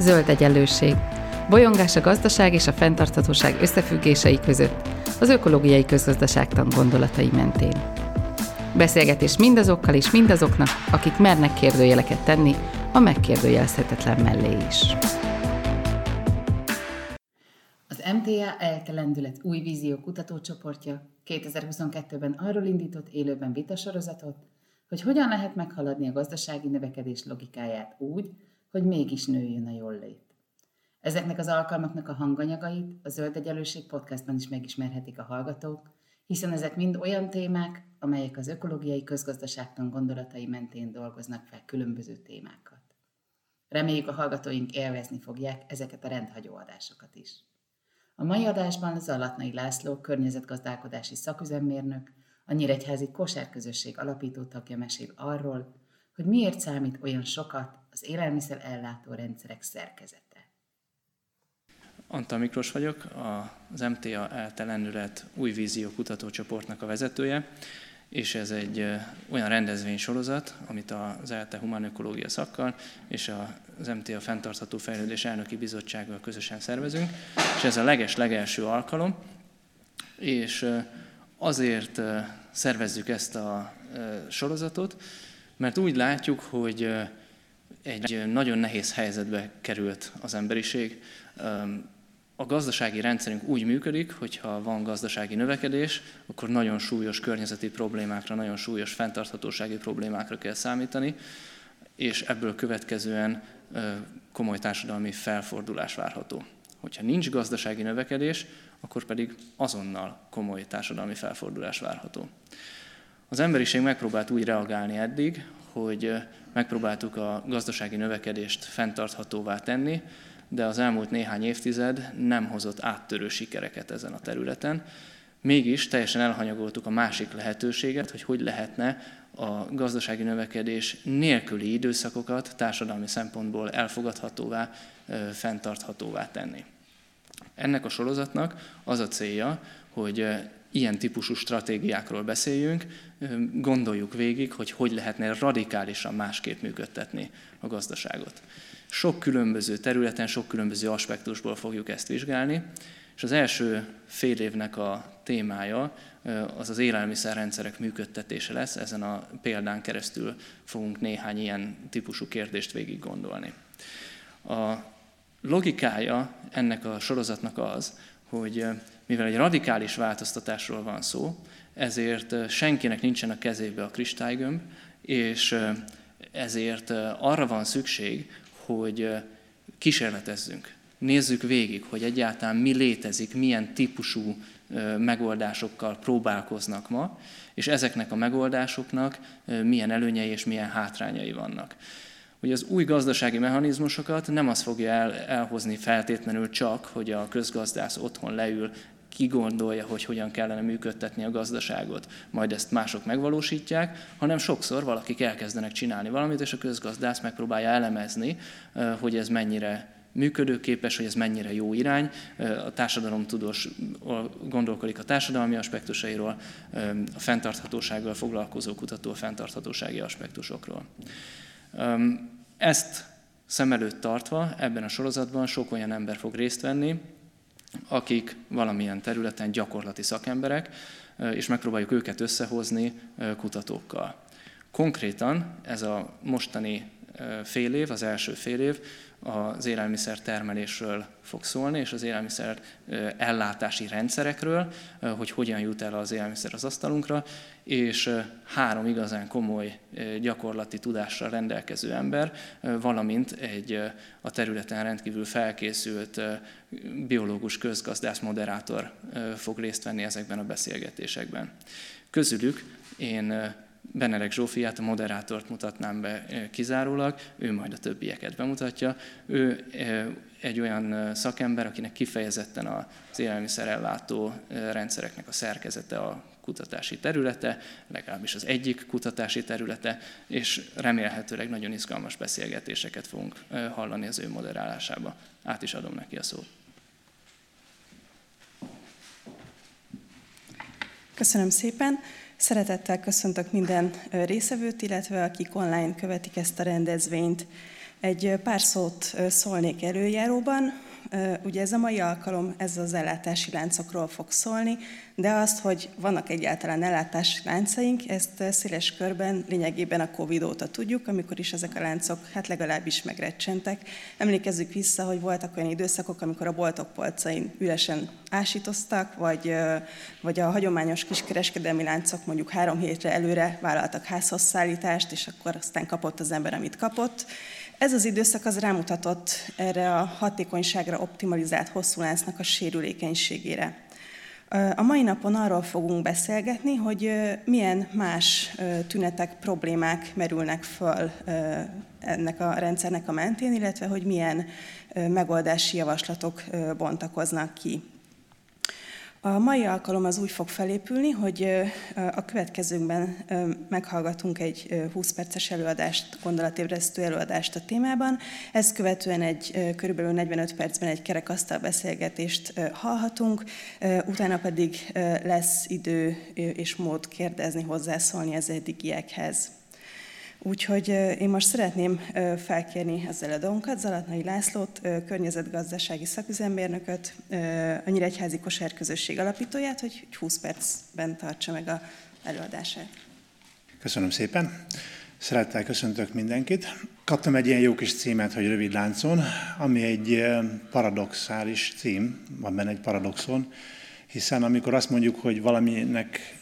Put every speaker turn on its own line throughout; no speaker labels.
Zöld egyenlőség. Bolyongás a gazdaság és a fenntarthatóság összefüggései között, az ökológiai közgazdaságtan gondolatai mentén. Beszélgetés mindazokkal és mindazoknak, akik mernek kérdőjeleket tenni a megkérdőjelezhetetlen mellé is. Az MTA ELTE lendület új vízió kutatócsoportja 2022-ben arról indított élőben vitasorozatot, hogy hogyan lehet meghaladni a gazdasági növekedés logikáját úgy, hogy mégis nőjön a jólét. Ezeknek az alkalmaknak a hanganyagait a Zöld Egyenlőség podcastban is megismerhetik a hallgatók, hiszen ezek mind olyan témák, amelyek az ökológiai közgazdaságtan gondolatai mentén dolgoznak fel különböző témákat. Reméljük, a hallgatóink élvezni fogják ezeket a rendhagyó adásokat is. A mai adásban Zalatnai László környezetgazdálkodási szaküzemmérnök, a Nyíregyházi Kosárközösség alapító tagja mesél arról, hogy miért számít olyan sokat az élelmiszer ellátó rendszerek szerkezete.
Antal Miklós vagyok, az MTA ELTE lendület új vízió kutatócsoportnak a vezetője, és ez egy olyan rendezvénysorozat, amit az ELTE Humánökológia szakkal és az MTA Fenntartható Fejlődés Elnöki Bizottsággal közösen szervezünk, és ez a legelső alkalom, és azért szervezzük ezt a sorozatot, mert úgy látjuk, hogy egy nagyon nehéz helyzetbe került az emberiség. A gazdasági rendszerünk úgy működik, hogyha van gazdasági növekedés, akkor nagyon súlyos környezeti problémákra, nagyon súlyos fenntarthatósági problémákra kell számítani, és ebből következően komoly társadalmi felfordulás várható. Hogyha nincs gazdasági növekedés, akkor pedig azonnal komoly társadalmi felfordulás várható. Az emberiség megpróbált úgy reagálni eddig, hogy megpróbáltuk a gazdasági növekedést fenntarthatóvá tenni, de az elmúlt néhány évtized nem hozott áttörő sikereket ezen a területen. Mégis teljesen elhanyagoltuk a másik lehetőséget, hogy lehetne a gazdasági növekedés nélküli időszakokat társadalmi szempontból elfogadhatóvá, fenntarthatóvá tenni. Ennek a sorozatnak az a célja, hogy ilyen típusú stratégiákról beszéljünk, gondoljuk végig, hogy lehetne radikálisan másképp működtetni a gazdaságot. Sok különböző területen, sok különböző aspektusból fogjuk ezt vizsgálni, és az első fél évnek a témája az élelmiszerrendszerek működtetése lesz, ezen a példán keresztül fogunk néhány ilyen típusú kérdést végig gondolni. A logikája ennek a sorozatnak az, hogy mivel egy radikális változtatásról van szó, ezért senkinek nincsen a kezébe a kristálygömb, és ezért arra van szükség, hogy kísérletezzünk, nézzük végig, hogy egyáltalán mi létezik, milyen típusú megoldásokkal próbálkoznak ma, és ezeknek a megoldásoknak milyen előnyei és milyen hátrányai vannak. Ugye az új gazdasági mechanizmusokat nem az fogja elhozni feltétlenül csak, hogy a közgazdász otthon leül, kigondolja, hogy hogyan kellene működtetni a gazdaságot, majd ezt mások megvalósítják, hanem sokszor valakik elkezdenek csinálni valamit, és a közgazdász megpróbálja elemezni, hogy ez mennyire működőképes, hogy ez mennyire jó irány. A társadalomtudós gondolkodik a társadalmi aspektusairól, a fenntarthatósággal foglalkozó kutató a fenntarthatósági aspektusokról. Ezt szem előtt tartva ebben a sorozatban sok olyan ember fog részt venni, akik valamilyen területen gyakorlati szakemberek, és megpróbáljuk őket összehozni kutatókkal. Konkrétan ez a mostani fél év, az első fél év az élelmiszer termelésről fog szólni, és az élelmiszer ellátási rendszerekről, hogy hogyan jut el az élelmiszer az asztalunkra, és 3 igazán komoly gyakorlati tudással rendelkező ember, valamint egy a területen rendkívül felkészült biológus, közgazdász, moderátor fog részt venni ezekben a beszélgetésekben. Közülük én Benedek Zsófiát, a moderátort mutatnám be kizárólag, ő majd a többieket bemutatja. Ő egy olyan szakember, akinek kifejezetten az élelmiszerellátó rendszereknek a szerkezete a kutatási területe, legalábbis az egyik kutatási területe, és remélhetőleg nagyon izgalmas beszélgetéseket fogunk hallani az ő moderálásába. Át is adom neki a szót.
Köszönöm szépen! Szeretettel köszöntök minden részevőt, illetve akik online követik ezt a rendezvényt. Egy pár szót szólnék előjáróban. Ugye ez a mai alkalom, ez az ellátási láncokról fog szólni, de azt, hogy vannak egyáltalán ellátási láncaink, ezt széles körben lényegében a Covid óta tudjuk, amikor is ezek a láncok legalábbis megrecsentek. Emlékezzük vissza, hogy voltak olyan időszakok, amikor a boltok polcain üresen ásítoztak, vagy a hagyományos kiskereskedelmi láncok mondjuk 3 hétre előre vállaltak házhoz szállítást, és akkor aztán kapott az ember, amit kapott. Ez az időszak az rámutatott erre a hatékonyságra optimalizált hosszú láncnak a sérülékenységére. A mai napon arról fogunk beszélgetni, hogy milyen más tünetek, problémák merülnek föl ennek a rendszernek a mentén, illetve hogy milyen megoldási javaslatok bontakoznak ki. A mai alkalom az úgy fog felépülni, hogy a következőkben meghallgatunk egy 20 perces előadást, gondolatébresztő előadást a témában. Ezt követően körülbelül 45 percben egy kerekasztal beszélgetést hallhatunk, utána pedig lesz idő és mód kérdezni, hozzászólni az eddigiekhez. Úgyhogy én most szeretném felkérni az előadónkat, Zalatnai Lászlót, környezetgazdasági szaküzemmérnököt, a Nyíregyházi Kosárközösség alapítóját, hogy 20 percben tartsa meg az előadását.
Köszönöm szépen. Szeretettel köszöntök mindenkit. Kaptam egy ilyen jó kis címet, hogy Rövid láncon, ami egy paradoxális cím, van benne egy paradoxon, hiszen amikor azt mondjuk, hogy valaminek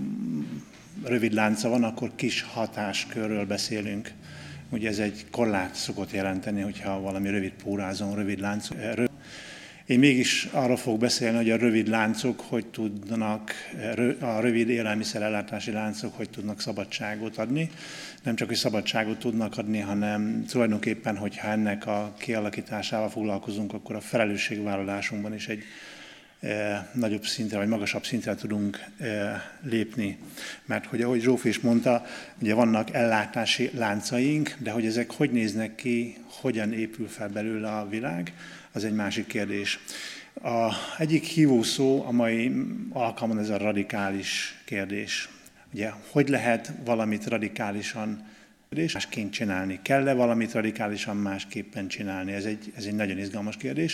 rövid lánca van, akkor kis hatáskörről beszélünk. Ugye ez egy korlát szokott jelenteni, hogyha valami rövid pórázon, rövid lánc. Én mégis arról fogok beszélni, hogy a rövid láncok hogy tudnak, a rövid élelmiszerellátási láncok hogy tudnak szabadságot adni. Nem csak, hogy szabadságot tudnak adni, hanem tulajdonképpen, hogyha ennek a kialakításával foglalkozunk, akkor a felelősségvállalásunkban is egy nagyobb szintre, vagy magasabb szintre tudunk lépni. Mert hogy ahogy Zsófi is mondta, ugye vannak ellátási láncaink, de hogy ezek hogy néznek ki, hogyan épül fel belőle a világ, az egy másik kérdés. Egyik hívószó a mai alkalmon ez a radikális kérdés. Ugye, hogy lehet valamit radikálisan másként csinálni? Kell-e valamit radikálisan másképpen csinálni? Ez egy nagyon izgalmas kérdés.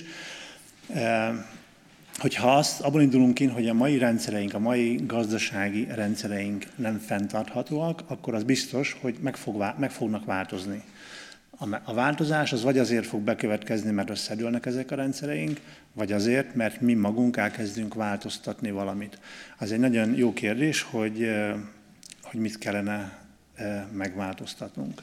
Hogyha abból indulunk ki, hogy a mai rendszereink, a mai gazdasági rendszereink nem fenntarthatóak, akkor az biztos, hogy meg fognak változni. A változás az vagy azért fog bekövetkezni, mert összedőlnek ezek a rendszereink, vagy azért, mert mi magunk elkezdünk változtatni valamit. Az egy nagyon jó kérdés, hogy mit kellene megváltoztatnunk.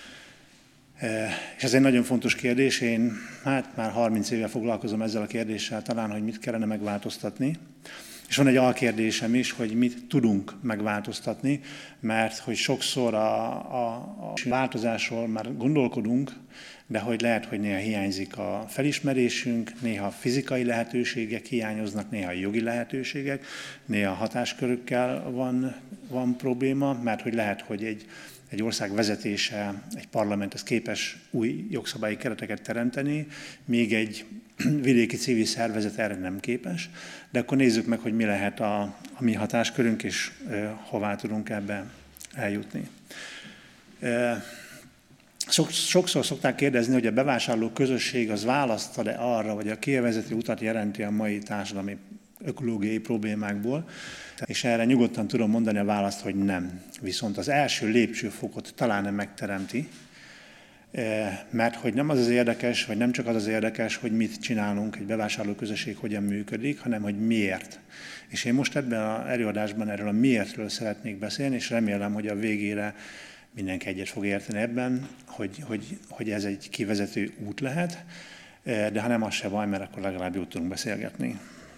És ez egy nagyon fontos kérdés, én már 30 éve foglalkozom ezzel a kérdéssel talán, hogy mit kellene megváltoztatni. És van egy alkérdésem is, hogy mit tudunk megváltoztatni, mert hogy sokszor a változásról már gondolkodunk, de hogy lehet, hogy néha hiányzik a felismerésünk, néha fizikai lehetőségek hiányoznak, néha jogi lehetőségek, néha hatáskörökkel van probléma, mert hogy lehet, hogy egy ország vezetése, egy parlament, az képes új jogszabályi kereteket teremteni, még egy vidéki civil szervezet erre nem képes, de akkor nézzük meg, hogy mi lehet a mi hatáskörünk, és hová tudunk ebbe eljutni. Sokszor szokták kérdezni, hogy a bevásárló közösség az választad-e arra, vagy a kielvezető utat jelenti a mai társadalmi ökológiai problémákból, és erre nyugodtan tudom mondani a választ, hogy nem. Viszont az első lépcsőfokot talán nem megteremti, mert hogy nem az az érdekes, vagy nem csak az az érdekes, hogy mit csinálunk, egy bevásárlóközösség hogyan működik, hanem hogy miért. És én most ebben az előadásban erről a miértről szeretnék beszélni, és remélem, hogy a végére mindenki egyet fog érteni ebben, hogy ez egy kivezető út lehet, de ha nem, az se baj, mert akkor legalább jót tudunk beszélgetni.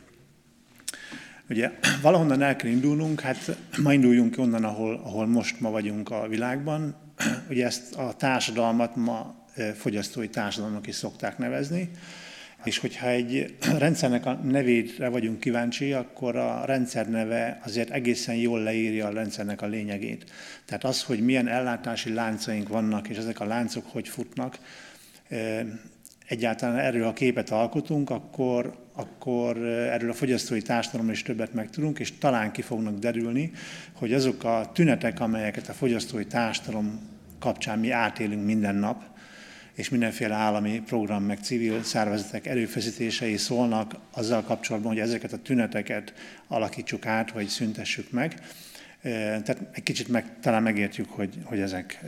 Ugye valahonnan el kell indulnunk, hát ma induljunk onnan, ahol most ma vagyunk a világban. Ugye ezt a társadalmat ma fogyasztói társadalomnak is szokták nevezni, és hogyha egy rendszernek a nevére vagyunk kíváncsi, akkor a rendszer neve azért egészen jól leírja a rendszernek a lényegét. Tehát az, hogy milyen ellátási láncaink vannak, és ezek a láncok hogy futnak, egyáltalán erről a képet alkotunk, akkor erről a fogyasztói társadalomról is többet megtudunk, és talán ki fognak derülni, hogy azok a tünetek, amelyeket a fogyasztói társadalom kapcsán mi átélünk minden nap, és mindenféle állami program, meg civil szervezetek erőfeszítései szólnak azzal kapcsolatban, hogy ezeket a tüneteket alakítsuk át, vagy szüntessük meg. Tehát egy kicsit talán megértjük, hogy ezek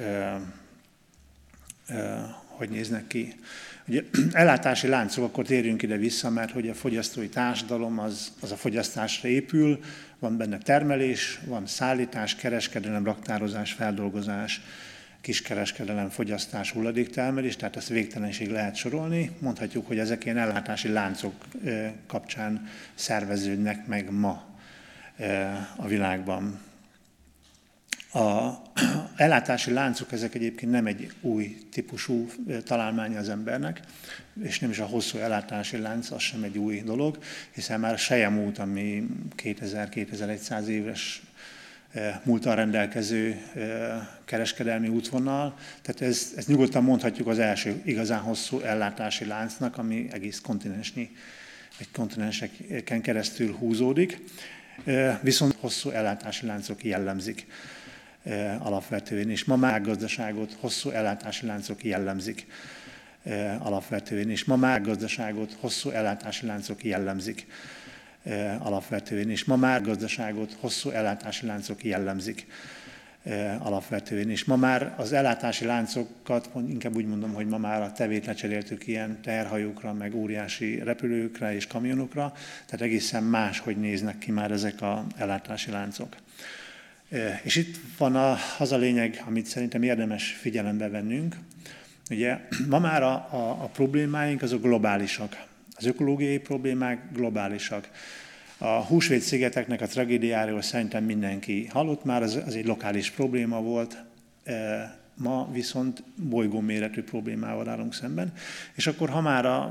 hogy néznek ki. Ugye ellátási láncok, akkor térjünk ide vissza, mert hogy a fogyasztói társadalom az a fogyasztásra épül, van benne termelés, van szállítás, kereskedelem, raktározás, feldolgozás, kiskereskedelem, fogyasztás, hulladéktermelés, tehát ezt végtelenség lehet sorolni. Mondhatjuk, hogy ezek ilyen ellátási láncok kapcsán szerveződnek meg ma a világban. Az ellátási láncok, ezek egyébként nem egy új típusú találmánya az embernek, és nem is a hosszú ellátási lánc, az sem egy új dolog, hiszen már a selyemút, ami 2000-2100 éves múlttal rendelkező kereskedelmi útvonal, tehát ezt nyugodtan mondhatjuk az első igazán hosszú ellátási láncnak, ami egész kontinenseken keresztül húzódik, viszont hosszú ellátási láncok jellemzik alapvetően, és ma már gazdaságot hosszú ellátási láncok jellemzik alapvetően, és ma már gazdaságot hosszú ellátási láncok jellemzik alapvetően, és ma már gazdaságot hosszú ellátási láncok jellemzik alapvetően, és ma már az ellátási láncokat, inkább úgy mondom, hogy ma már a tevét lecseréltük ilyen teherhajókra, meg óriási repülőkre és kamionokra, tehát egészen más, hogy néznek ki már ezek az ellátási láncok. És itt van az a lényeg, amit szerintem érdemes figyelembe vennünk. Ugye ma már a problémáink azok globálisak. Az ökológiai problémák globálisak. A Húsvét-szigeteknek a tragédiáról szerintem mindenki hallott már, az egy lokális probléma volt, ma viszont bolygóméretű problémával állunk szemben. És akkor, ha már a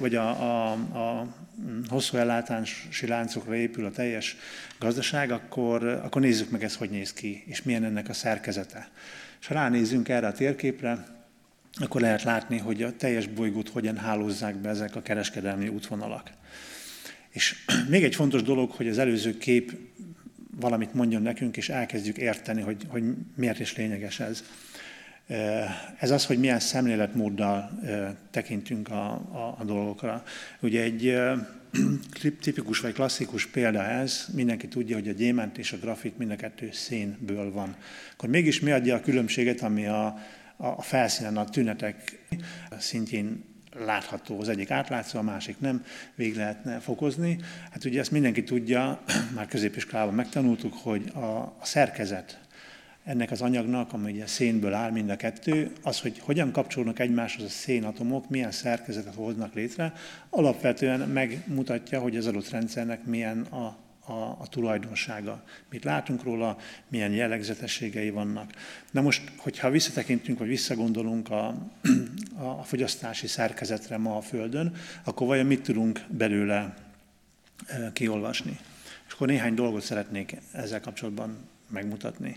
hosszú ellátási láncokra épül a teljes gazdaság, akkor nézzük meg, ez hogy néz ki, és milyen ennek a szerkezete. És ha ránézzünk erre a térképre, akkor lehet látni, hogy a teljes bolygót hogyan hálózzák be ezek a kereskedelmi útvonalak. És még egy fontos dolog, hogy az előző kép valamit mondjon nekünk, és elkezdjük érteni, hogy miért is lényeges ez. Ez az, hogy milyen szemléletmóddal tekintünk a dolgokra. Ugye egy tipikus vagy klasszikus példa ez, mindenki tudja, hogy a gyémánt és a grafit mind a kettő szénből van. Akkor mégis mi adja a különbséget, ami a felszínen a tünetek szintjén látható, az egyik átlátszó, a másik nem, végig lehetne fokozni. Hát ugye ezt mindenki tudja, már középiskolában megtanultuk, hogy a szerkezet ennek az anyagnak, ami ugye szénből áll mind a kettő, az, hogy hogyan kapcsolnak egymáshoz a szénatomok, milyen szerkezetet hoznak létre, alapvetően megmutatja, hogy az adott rendszernek milyen a tulajdonsága. Mit látunk róla, milyen jellegzetességei vannak. Na most, hogyha visszatekintünk, vagy visszagondolunk a fogyasztási szerkezetre ma a Földön, akkor vajon mit tudunk belőle kiolvasni? És akkor néhány dolgot szeretnék ezzel kapcsolatban megmutatni.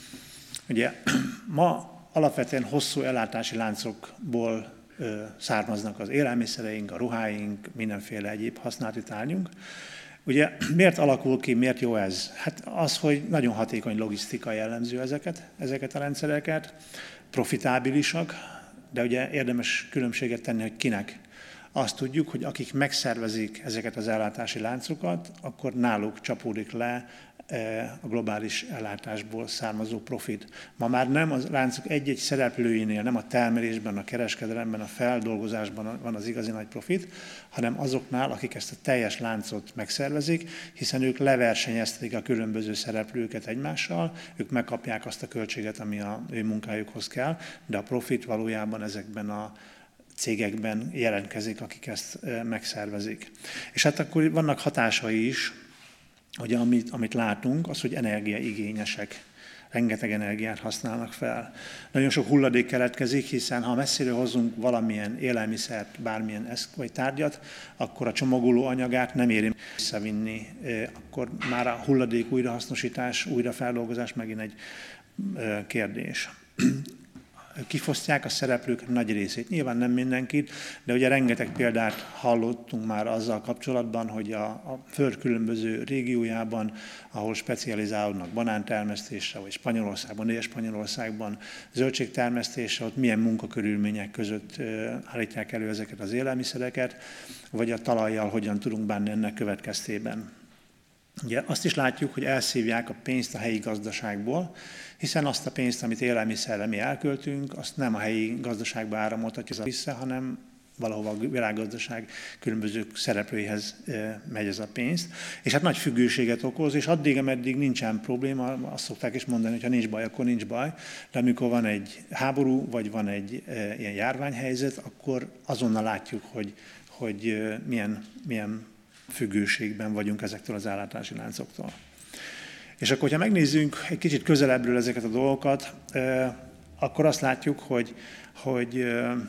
Ugye ma alapvetően hosszú ellátási láncokból származnak az élelmiszereink, a ruháink, mindenféle egyéb használati tárgyunk. Ugye miért alakul ki, miért jó ez? Hát az, hogy nagyon hatékony logisztika jellemző ezeket a rendszereket, profitábilisak, de ugye érdemes különbséget tenni, hogy kinek. Azt tudjuk, hogy akik megszervezik ezeket az ellátási láncokat, akkor náluk csapódik le a globális ellátásból származó profit. Ma már nem a láncok egy-egy szereplőinél, nem a termelésben, a kereskedelemben, a feldolgozásban van az igazi nagy profit, hanem azoknál, akik ezt a teljes láncot megszervezik, hiszen ők leversenyezték a különböző szereplőket egymással, ők megkapják azt a költséget, ami az ő munkájukhoz kell, de a profit valójában ezekben a cégekben jelentkezik, akik ezt megszervezik. És hát akkor vannak hatásai is, hogy amit látunk, az, hogy energiaigényesek, rengeteg energiát használnak fel. Nagyon sok hulladék keletkezik, hiszen ha messziről hozunk valamilyen élelmiszert, bármilyen vagy tárgyat, akkor a csomagoló anyagát nem éri visszavinni. Akkor már a hulladék újrahasznosítás, újrafeldolgozás megint egy kérdés. kifosztják a szereplők nagy részét. Nyilván nem mindenkit, de ugye rengeteg példát hallottunk már azzal kapcsolatban, hogy a föld különböző régiójában, ahol specializálódnak banántermesztésre, vagy Spanyolországban, Dél-Spanyolországban zöldségtermesztésre, ott milyen munkakörülmények között állítják elő ezeket az élelmiszereket, vagy a talajjal hogyan tudunk bánni ennek következtében. Ugye azt is látjuk, hogy elszívják a pénzt a helyi gazdaságból, hiszen azt a pénzt, amit élelmiszerre mi elköltünk, azt nem a helyi gazdaságba áramoltatjuk vissza, hanem valahova a világgazdaság különböző szereplőihez megy ez a pénz. És hát nagy függőséget okoz, és addig, ameddig nincsen probléma, azt szokták is mondani, hogy ha nincs baj, akkor nincs baj, de amikor van egy háború, vagy van egy ilyen járványhelyzet, akkor azonnal látjuk, hogy milyen függőségben vagyunk ezektől az ellátási láncoktól. És akkor, ha megnézzünk egy kicsit közelebbről ezeket a dolgokat, akkor azt látjuk, hogy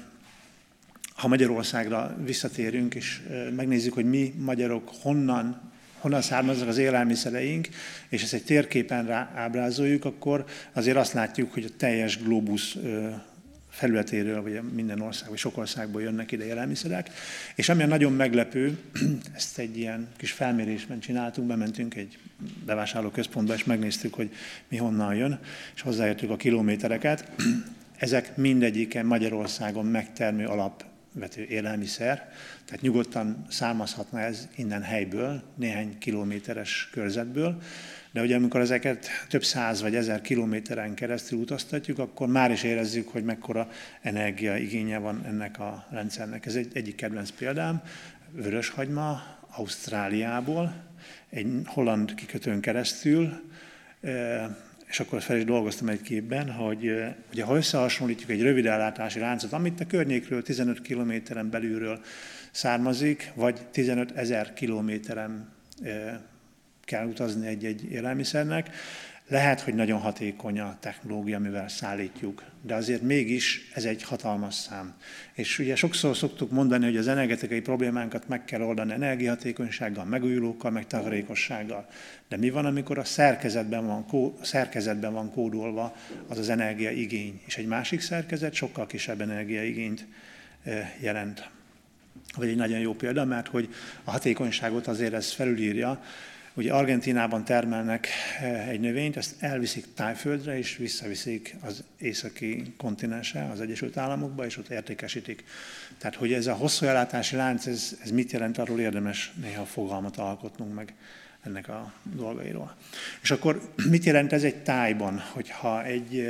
ha Magyarországra visszatérünk, és megnézzük, hogy mi magyarok honnan származnak az élelmiszereink, és ezt egy térképen ábrázoljuk, akkor azért azt látjuk, hogy a teljes glóbusz felületéről, vagy minden ország, vagy sok országból jönnek ide élelmiszerek. És ami nagyon meglepő, ezt egy ilyen kis felmérésben csináltunk, bementünk egy bevásárlóközpontba, és megnéztük, hogy mi honnan jön, és hozzáértük a kilométereket. Ezek mindegyike Magyarországon megtermő alapvető élelmiszer, tehát nyugodtan származhatna ez innen helyből, néhány kilométeres körzetből, de ugye amikor ezeket több száz vagy 1000 kilométeren keresztül utaztatjuk, akkor már is érezzük, hogy mekkora energiaigénye van ennek a rendszernek. Ez egyik kedvenc példám, vöröshagyma Ausztráliából, egy holland kikötőn keresztül, és akkor fel is dolgoztam egy képben, hogy ugye, ha összehasonlítjuk egy rövid ellátási láncot, amit a környékről 15 kilométeren belülről származik, vagy 15 000 kilométeren kell utazni egy élelmiszernek. Lehet, hogy nagyon hatékony a technológia, amivel szállítjuk, de azért mégis ez egy hatalmas szám. És ugye sokszor szoktuk mondani, hogy az energetikai problémánkat meg kell oldani energiahatékonysággal, megújulókkal, meg takarékossággal. De mi van, amikor a szerkezetben van kódolva az energiaigény, és egy másik szerkezet sokkal kisebb energiaigényt jelent. Vagy egy nagyon jó példa, mert hogy a hatékonyságot azért ez felülírja. Ugye Argentínában termelnek egy növényt, ezt elviszik Tájföldre, és visszaviszik az északi kontinensre, az Egyesült Államokba, és ott értékesítik. Tehát, hogy ez a hosszú ellátási lánc, ez mit jelent, arról érdemes néha fogalmat alkotnunk meg ennek a dolgairól. És akkor mit jelent ez egy tájban, hogyha egy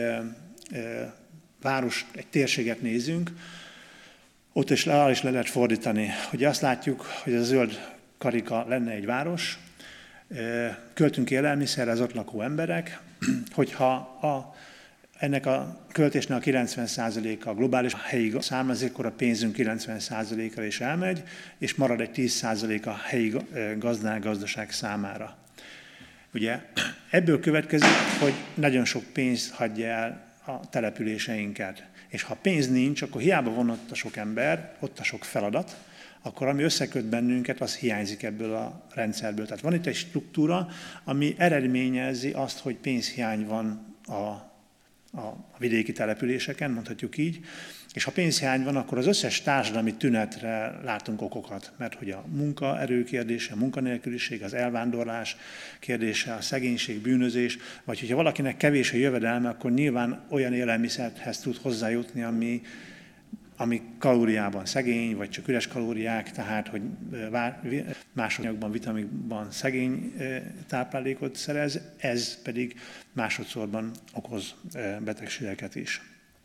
város, egy térséget nézünk, ott is le lehet fordítani. Ugye azt látjuk, hogy a zöld karika lenne egy város, költünk élelmiszerre az ott lakó emberek, hogyha ennek a költésnek a 90%-a a globális helyi származik, akkor a pénzünk 90%-ra is elmegy, és marad egy 10% a helyi gazdaság számára. Ugye ebből következik, hogy nagyon sok pénz hagyja el a településeinket. És ha pénz nincs, akkor hiába van ott a sok ember, ott a sok feladat, akkor ami összeköt bennünket, az hiányzik ebből a rendszerből. Tehát van itt egy struktúra, ami eredményezi azt, hogy pénzhiány van a vidéki településeken, mondhatjuk így, és ha pénzhiány van, akkor az összes társadalmi tünetre látunk okokat, mert hogy a munkaerő kérdése, a munkanélküliség, az elvándorlás kérdése, a szegénység, bűnözés, vagy hogyha valakinek kevés a jövedelme, akkor nyilván olyan élelmiszerhez tud hozzájutni, ami kalóriában szegény, vagy csak üres kalóriák, tehát hogy másodnyagban, vitaminban szegény táplálékot szerez, ez pedig másodszorban okoz betegségeket is.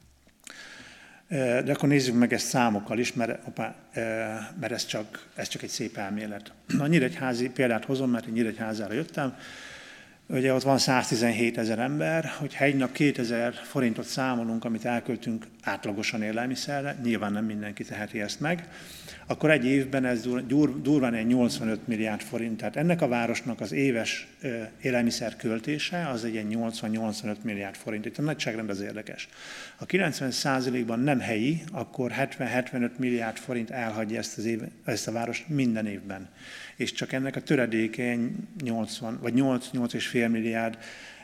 De akkor nézzük meg ezt számokkal is, mert ez csak egy szép elmélet. A nyíregyházi példát hozom, mert én Nyíregyházára jöttem. Ugye ott van 117 000 ember, hogyha egy nap 2000 forintot számolunk, amit elköltünk átlagosan élelmiszerre, nyilván nem mindenki teheti ezt meg, akkor egy évben ez durván egy 85 milliárd forint. Tehát ennek a városnak az éves élelmiszer költése az egy 80-85 milliárd forint. Itt a nagyságrend az érdekes. Ha 90%-ban nem helyi, akkor 70-75 milliárd forint elhagyja ezt a várost minden évben. És csak ennek a töredéke 8-8,5 milliárd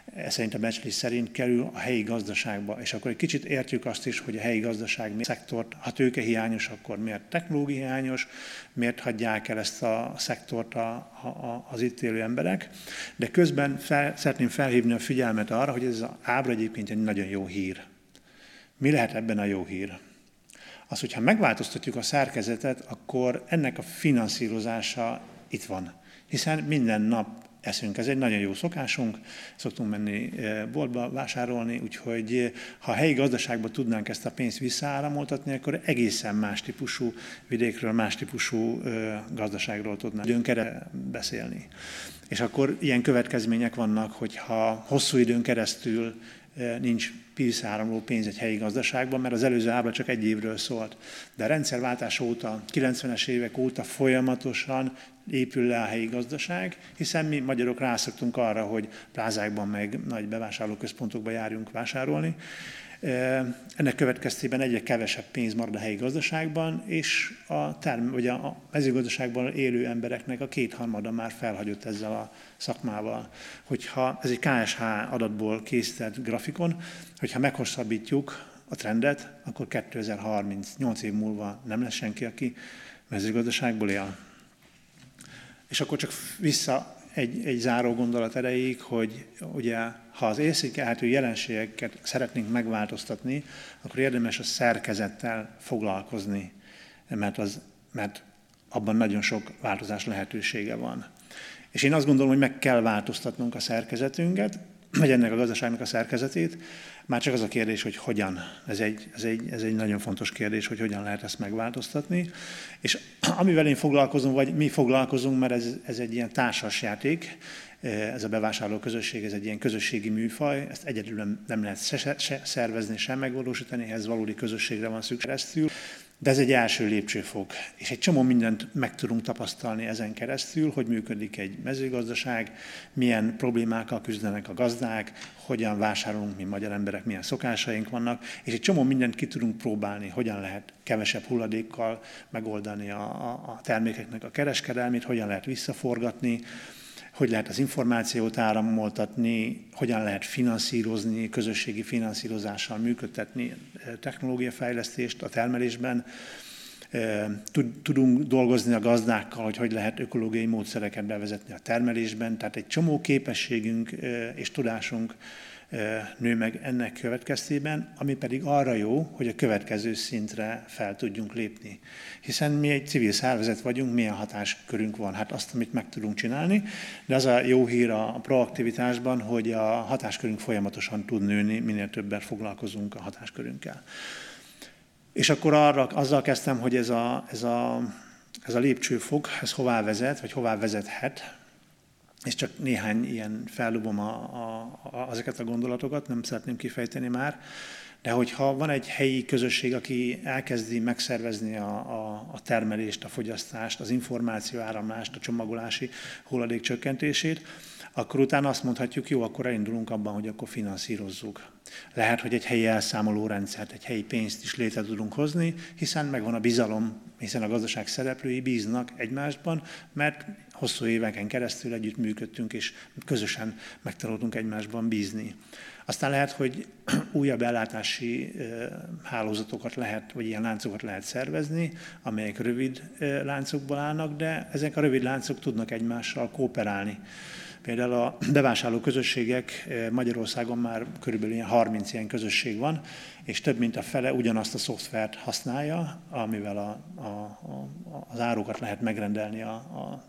szerint a becslés szerint kerül a helyi gazdaságba. És akkor egy kicsit értjük azt is, hogy a helyi gazdaság szektort, ha tőke hiányos, akkor miért technológia hiányos, miért hagyják el ezt a szektort az itt élő emberek. De közben szeretném felhívni a figyelmet arra, hogy ez az ábra egyébként egy nagyon jó hír. Mi lehet ebben a jó hír? Az, hogyha megváltoztatjuk a szerkezetet, akkor ennek a finanszírozása itt van. Hiszen minden nap eszünk. Ez egy nagyon jó szokásunk, szoktunk menni boltba vásárolni, úgyhogy ha a helyi gazdaságban tudnánk ezt a pénzt visszaáramoltatni, akkor egészen más típusú vidékről, más típusú gazdaságról tudnánk időn beszélni. És akkor ilyen következmények vannak, hogyha hosszú időn keresztül nincs visszaáramló pénz egy helyi gazdaságban, mert az előző ábra csak egy évről szólt. De a rendszerváltás óta, 90-es évek óta folyamatosan épül le a helyi gazdaság, hiszen mi magyarok rászoktunk arra, hogy plázákban meg nagy bevásárlóközpontokban járjunk vásárolni. Ennek következtében egyre kevesebb pénz marad a helyi gazdaságban, és a mezőgazdaságban élő embereknek a kétharmada már felhagyott ezzel a szakmával. Hogyha ez egy KSH adatból készített grafikon, hogyha meghosszabbítjuk a trendet, akkor 2038 év múlva nem lesz senki, aki mezőgazdaságból él. És akkor csak vissza egy záró gondolat erejéig, hogy ugye, ha az érzékelhető jelenségeket szeretnénk megváltoztatni, akkor érdemes a szerkezettel foglalkozni, mert abban nagyon sok változás lehetősége van. És én azt gondolom, hogy meg kell változtatnunk a szerkezetünket, vagy ennek a gazdaságnak a szerkezetét, már csak az a kérdés, hogy hogyan. Ez egy nagyon fontos kérdés, hogy hogyan lehet ezt megváltoztatni. És amivel én foglalkozom, vagy mi foglalkozunk, mert ez egy ilyen társasjáték, ez a bevásárló közösség, ez egy ilyen közösségi műfaj, ezt egyedül nem lehet se szervezni, sem megvalósítani, ehhez valódi közösségre van szükség. De ez egy első lépcsőfok, és egy csomó mindent meg tudunk tapasztalni ezen keresztül, hogy működik egy mezőgazdaság, milyen problémákkal küzdenek a gazdák, hogyan vásárolunk mi magyar emberek, milyen szokásaink vannak, és egy csomó mindent ki tudunk próbálni, hogyan lehet kevesebb hulladékkal megoldani a termékeknek a kereskedelmét, hogyan lehet visszaforgatni, hogy lehet az információt áramoltatni, hogyan lehet finanszírozni, közösségi finanszírozással működtetni technológiafejlesztést a termelésben. Tudunk dolgozni a gazdákkal, hogy lehet ökológiai módszereket bevezetni a termelésben, tehát egy csomó képességünk és tudásunk nő meg ennek következtében, ami pedig arra jó, hogy a következő szintre fel tudjunk lépni. Hiszen mi egy civil szervezet vagyunk, milyen hatáskörünk van? Hát azt, amit meg tudunk csinálni, de az a jó hír a proaktivitásban, hogy a hatáskörünk folyamatosan tud nőni, minél többet foglalkozunk a hatáskörünkkel. És akkor azzal kezdtem, hogy ez a lépcsőfok, ez hová vezet, vagy hová vezethet, és csak néhány ilyen feldobom ezeket a gondolatokat, nem szeretném kifejteni már, de hogyha van egy helyi közösség, aki elkezdi megszervezni a termelést, a fogyasztást, az információáramlást, a csomagolási hulladék csökkentését, akkor utána azt mondhatjuk, jó, akkor elindulunk abban, hogy akkor finanszírozzuk. Lehet, hogy egy helyi elszámoló rendszert, egy helyi pénzt is létre tudunk hozni, hiszen megvan a bizalom, hiszen a gazdaság szereplői bíznak egymásban, mert hosszú éveken keresztül együtt működtünk, és közösen megtanultunk egymásban bízni. Aztán lehet, hogy újabb ellátási hálózatokat lehet, vagy ilyen láncokat lehet szervezni, amelyek rövid láncokból állnak, de ezek a rövid láncok tudnak egymással kooperálni. Például a bevásárló közösségek Magyarországon már körülbelül 30 ilyen közösség van, és több mint a fele ugyanazt a szoftvert használja, amivel az árukat lehet megrendelni a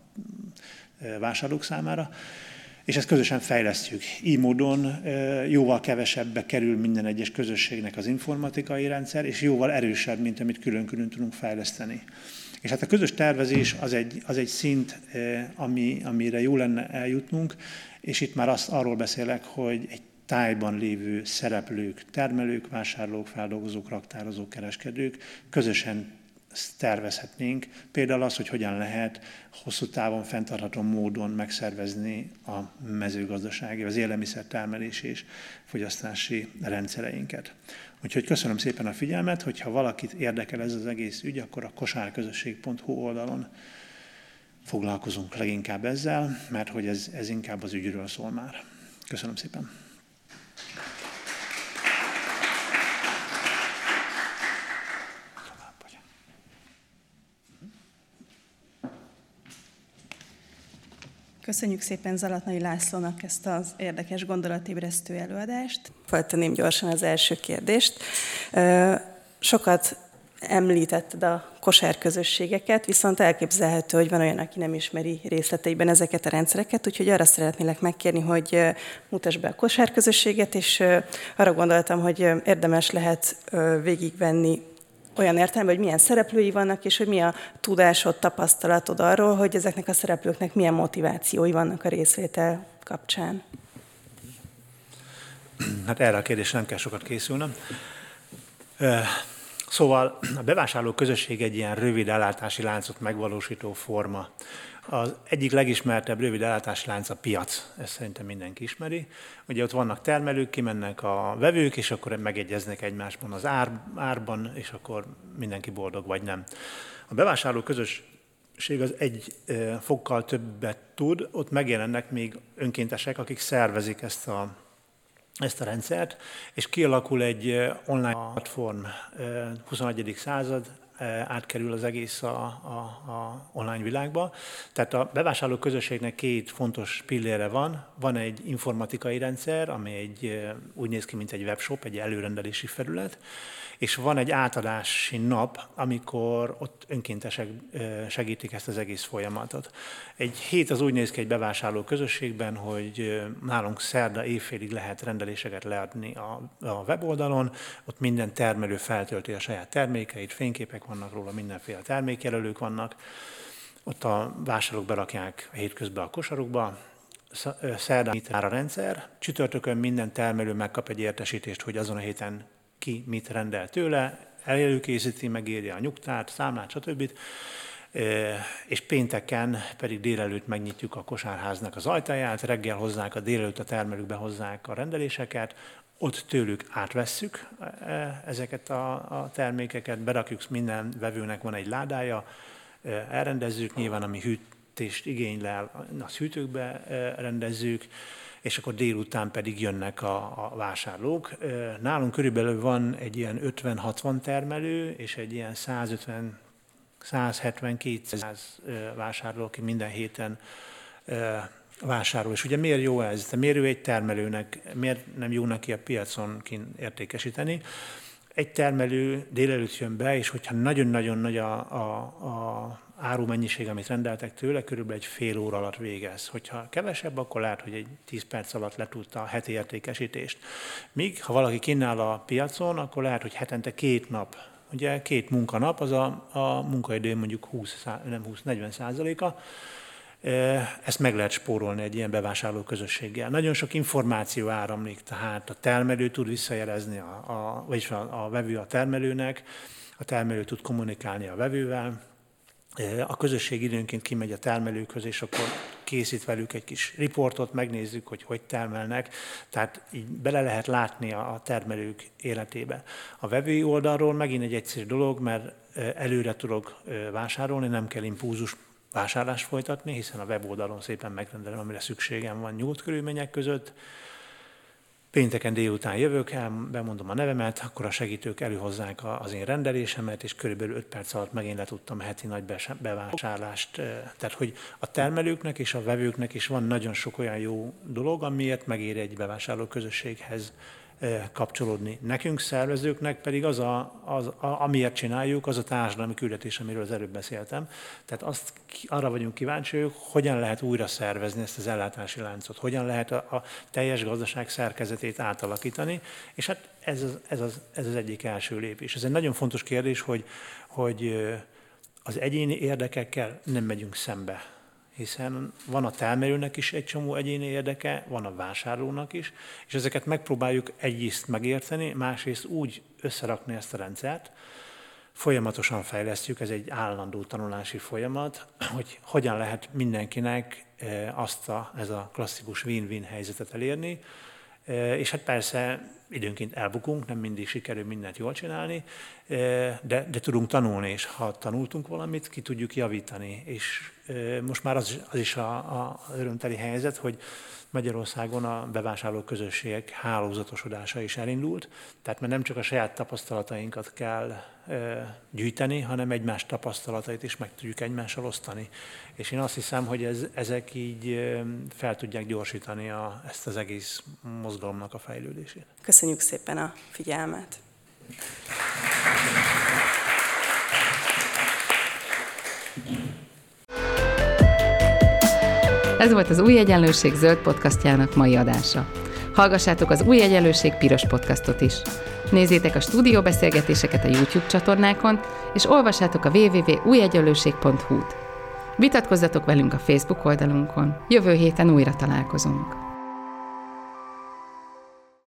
vásárlók számára, és ezt közösen fejlesztjük. Így módon jóval kevesebbe kerül minden egyes közösségnek az informatikai rendszer, és jóval erősebb, mint amit külön-külön tudunk fejleszteni. És hát a közös tervezés az egy szint, amire jó lenne eljutnunk, és itt már arról beszélek, hogy egy tájban lévő szereplők, termelők, vásárlók, feldolgozók, raktározók, kereskedők közösen tervezhetnénk. Például az, hogy hogyan lehet hosszú távon fenntartható módon megszervezni a mezőgazdasági, az élelmiszertermelés és fogyasztási rendszereinket. Úgyhogy köszönöm szépen a figyelmet, hogyha valakit érdekel ez az egész ügy, akkor a kosárközösség.hu oldalon foglalkozunk leginkább ezzel, mert hogy ez inkább az ügyről szól már. Köszönöm szépen.
Köszönjük szépen Zalatnai Lászlónak ezt az érdekes gondolatébresztő előadást. Feltenném gyorsan az első kérdést. Sokat említetted a kosárközösségeket, viszont elképzelhető, hogy van olyan, aki nem ismeri részleteiben ezeket a rendszereket, úgyhogy arra szeretnélek megkérni, hogy mutasd be a kosárközösséget, és arra gondoltam, hogy érdemes lehet végigvenni olyan értelemben, hogy milyen szereplői vannak, és hogy mi a tudásod, tapasztalatod arról, hogy ezeknek a szereplőknek milyen motivációi vannak a részvétel kapcsán.
Hát erre a kérdésre nem kell sokat készülnöm. Szóval a bevásárló közösség egy ilyen rövid ellátási láncot megvalósító forma. Az egyik legismertebb rövid ellátási lánc a piac, ezt szerintem mindenki ismeri. Ugye ott vannak termelők, kimennek a vevők, és akkor megegyeznek egymásban az árban, és akkor mindenki boldog vagy nem. A bevásárló közösség az egy fokkal többet tud, ott megjelennek még önkéntesek, akik szervezik ezt a rendszert, és kialakul egy online platform, 21. század, átkerül az egész a online világba. Tehát a bevásárló közösségnek két fontos pillére van. Van egy informatikai rendszer, ami úgy néz ki, mint egy webshop, egy előrendelési felület, és van egy átadási nap, amikor ott önkéntesek segítik ezt az egész folyamatot. Egy hét az úgy néz ki egy bevásárló közösségben, hogy nálunk szerda éjfélig lehet rendeléseket leadni a weboldalon, ott minden termelő feltölti a saját termékeit, fényképek vannak róla, mindenféle termékjelölők vannak, ott a vásárlók berakják hétközben a kosarukba, szerdán már a rendszer, csütörtökön minden termelő megkap egy értesítést, hogy azon a héten ki mit rendel tőle, előkészíti, megírja a nyugtát, számlát, stb. És pénteken pedig délelőtt megnyitjuk a kosárháznak az ajtaját, reggel hozzák, a délelőtt a termelők behozzák a rendeléseket, ott tőlük átvesszük ezeket a termékeket, berakjuk, minden vevőnek van egy ládája, elrendezzük, nyilván ami hűtést igénylel, azt hűtőkbe rendezzük, és akkor délután pedig jönnek a vásárlók. Nálunk körülbelül van egy ilyen 50-60 termelő, és egy ilyen 170-200 vásárló, aki minden héten vásárol. És ugye miért jó ez? De miért jó egy termelőnek, miért nem jó neki a piacon értékesíteni? Egy termelő délelőtt jön be, és hogyha nagyon-nagyon nagy a árumennyiség, amit rendeltek tőle, körülbelül egy fél óra alatt végez. Hogyha kevesebb, akkor lehet, hogy egy 10 perc alatt letudta a heti értékesítést. Míg, ha valaki kínál a piacon, akkor lehet, hogy hetente 2 nap. Ugye 2 munkanap, az a munkaidő mondjuk 40%-a. Ezt meg lehet spórolni egy ilyen bevásárló közösséggel. Nagyon sok információ áramlik, tehát a termelő tud visszajelezni, vagyis a vevő a termelőnek, a termelő tud kommunikálni a vevővel, a közösség időnként kimegy a termelőkhöz, és akkor készít velük egy kis riportot, megnézzük, hogy termelnek, tehát így bele lehet látni a termelők életébe. A vevői oldalról megint egy egyszerű dolog, mert előre tudok vásárolni, nem kell impulzus vásárlást folytatni, hiszen a weboldalon szépen megrendelem, amire szükségem van nyugodt körülmények között. Pénteken délután jövök, bemondom a nevemet, akkor a segítők előhozzák az én rendelésemet, és körülbelül 5 perc alatt megint le tudtam heti nagy bevásárlást. Tehát, hogy a termelőknek és a vevőknek is van nagyon sok olyan jó dolog, amiért megéri egy bevásárló közösséghez kapcsolódni. Nekünk, szervezőknek pedig amiért csináljuk, az a társadalmi küldetés, amiről az előbb beszéltem. Tehát arra vagyunk kíváncsiak, hogyan lehet újra szervezni ezt az ellátási láncot, hogyan lehet a teljes gazdaság szerkezetét átalakítani, és hát ez az egyik első lépés. Ez egy nagyon fontos kérdés, hogy az egyéni érdekekkel nem megyünk szembe, hiszen van a termelőnek is egy csomó egyéni érdeke, van a vásárlónak is, és ezeket megpróbáljuk egyrészt megérteni, másrészt úgy összerakni ezt a rendszert, folyamatosan fejlesztjük, ez egy állandó tanulási folyamat, hogy hogyan lehet mindenkinek ez a klasszikus win-win helyzetet elérni, és hát persze
időnként elbukunk, nem mindig sikerül mindent jól csinálni, de tudunk tanulni, és ha tanultunk valamit, ki tudjuk javítani. És most már az is a örömteli helyzet, hogy Magyarországon a bevásárló közösségek hálózatosodása is elindult, tehát már nem csak a saját tapasztalatainkat kell gyűjteni, hanem egymás tapasztalatait is meg tudjuk egymással osztani. És én azt hiszem, hogy ezek így fel tudják gyorsítani ezt az egész mozgalomnak a fejlődését.
Köszönjük szépen a figyelmet!
Ez volt az Új Egyenlőség zöld podcastjának mai adása. Hallgassátok az Új Egyenlőség piros podcastot is. Nézzétek a stúdióbeszélgetéseket a YouTube csatornákon, és olvassátok a www.újegyenlőség.hu-t. Vitatkozzatok velünk a Facebook oldalunkon. Jövő héten újra találkozunk.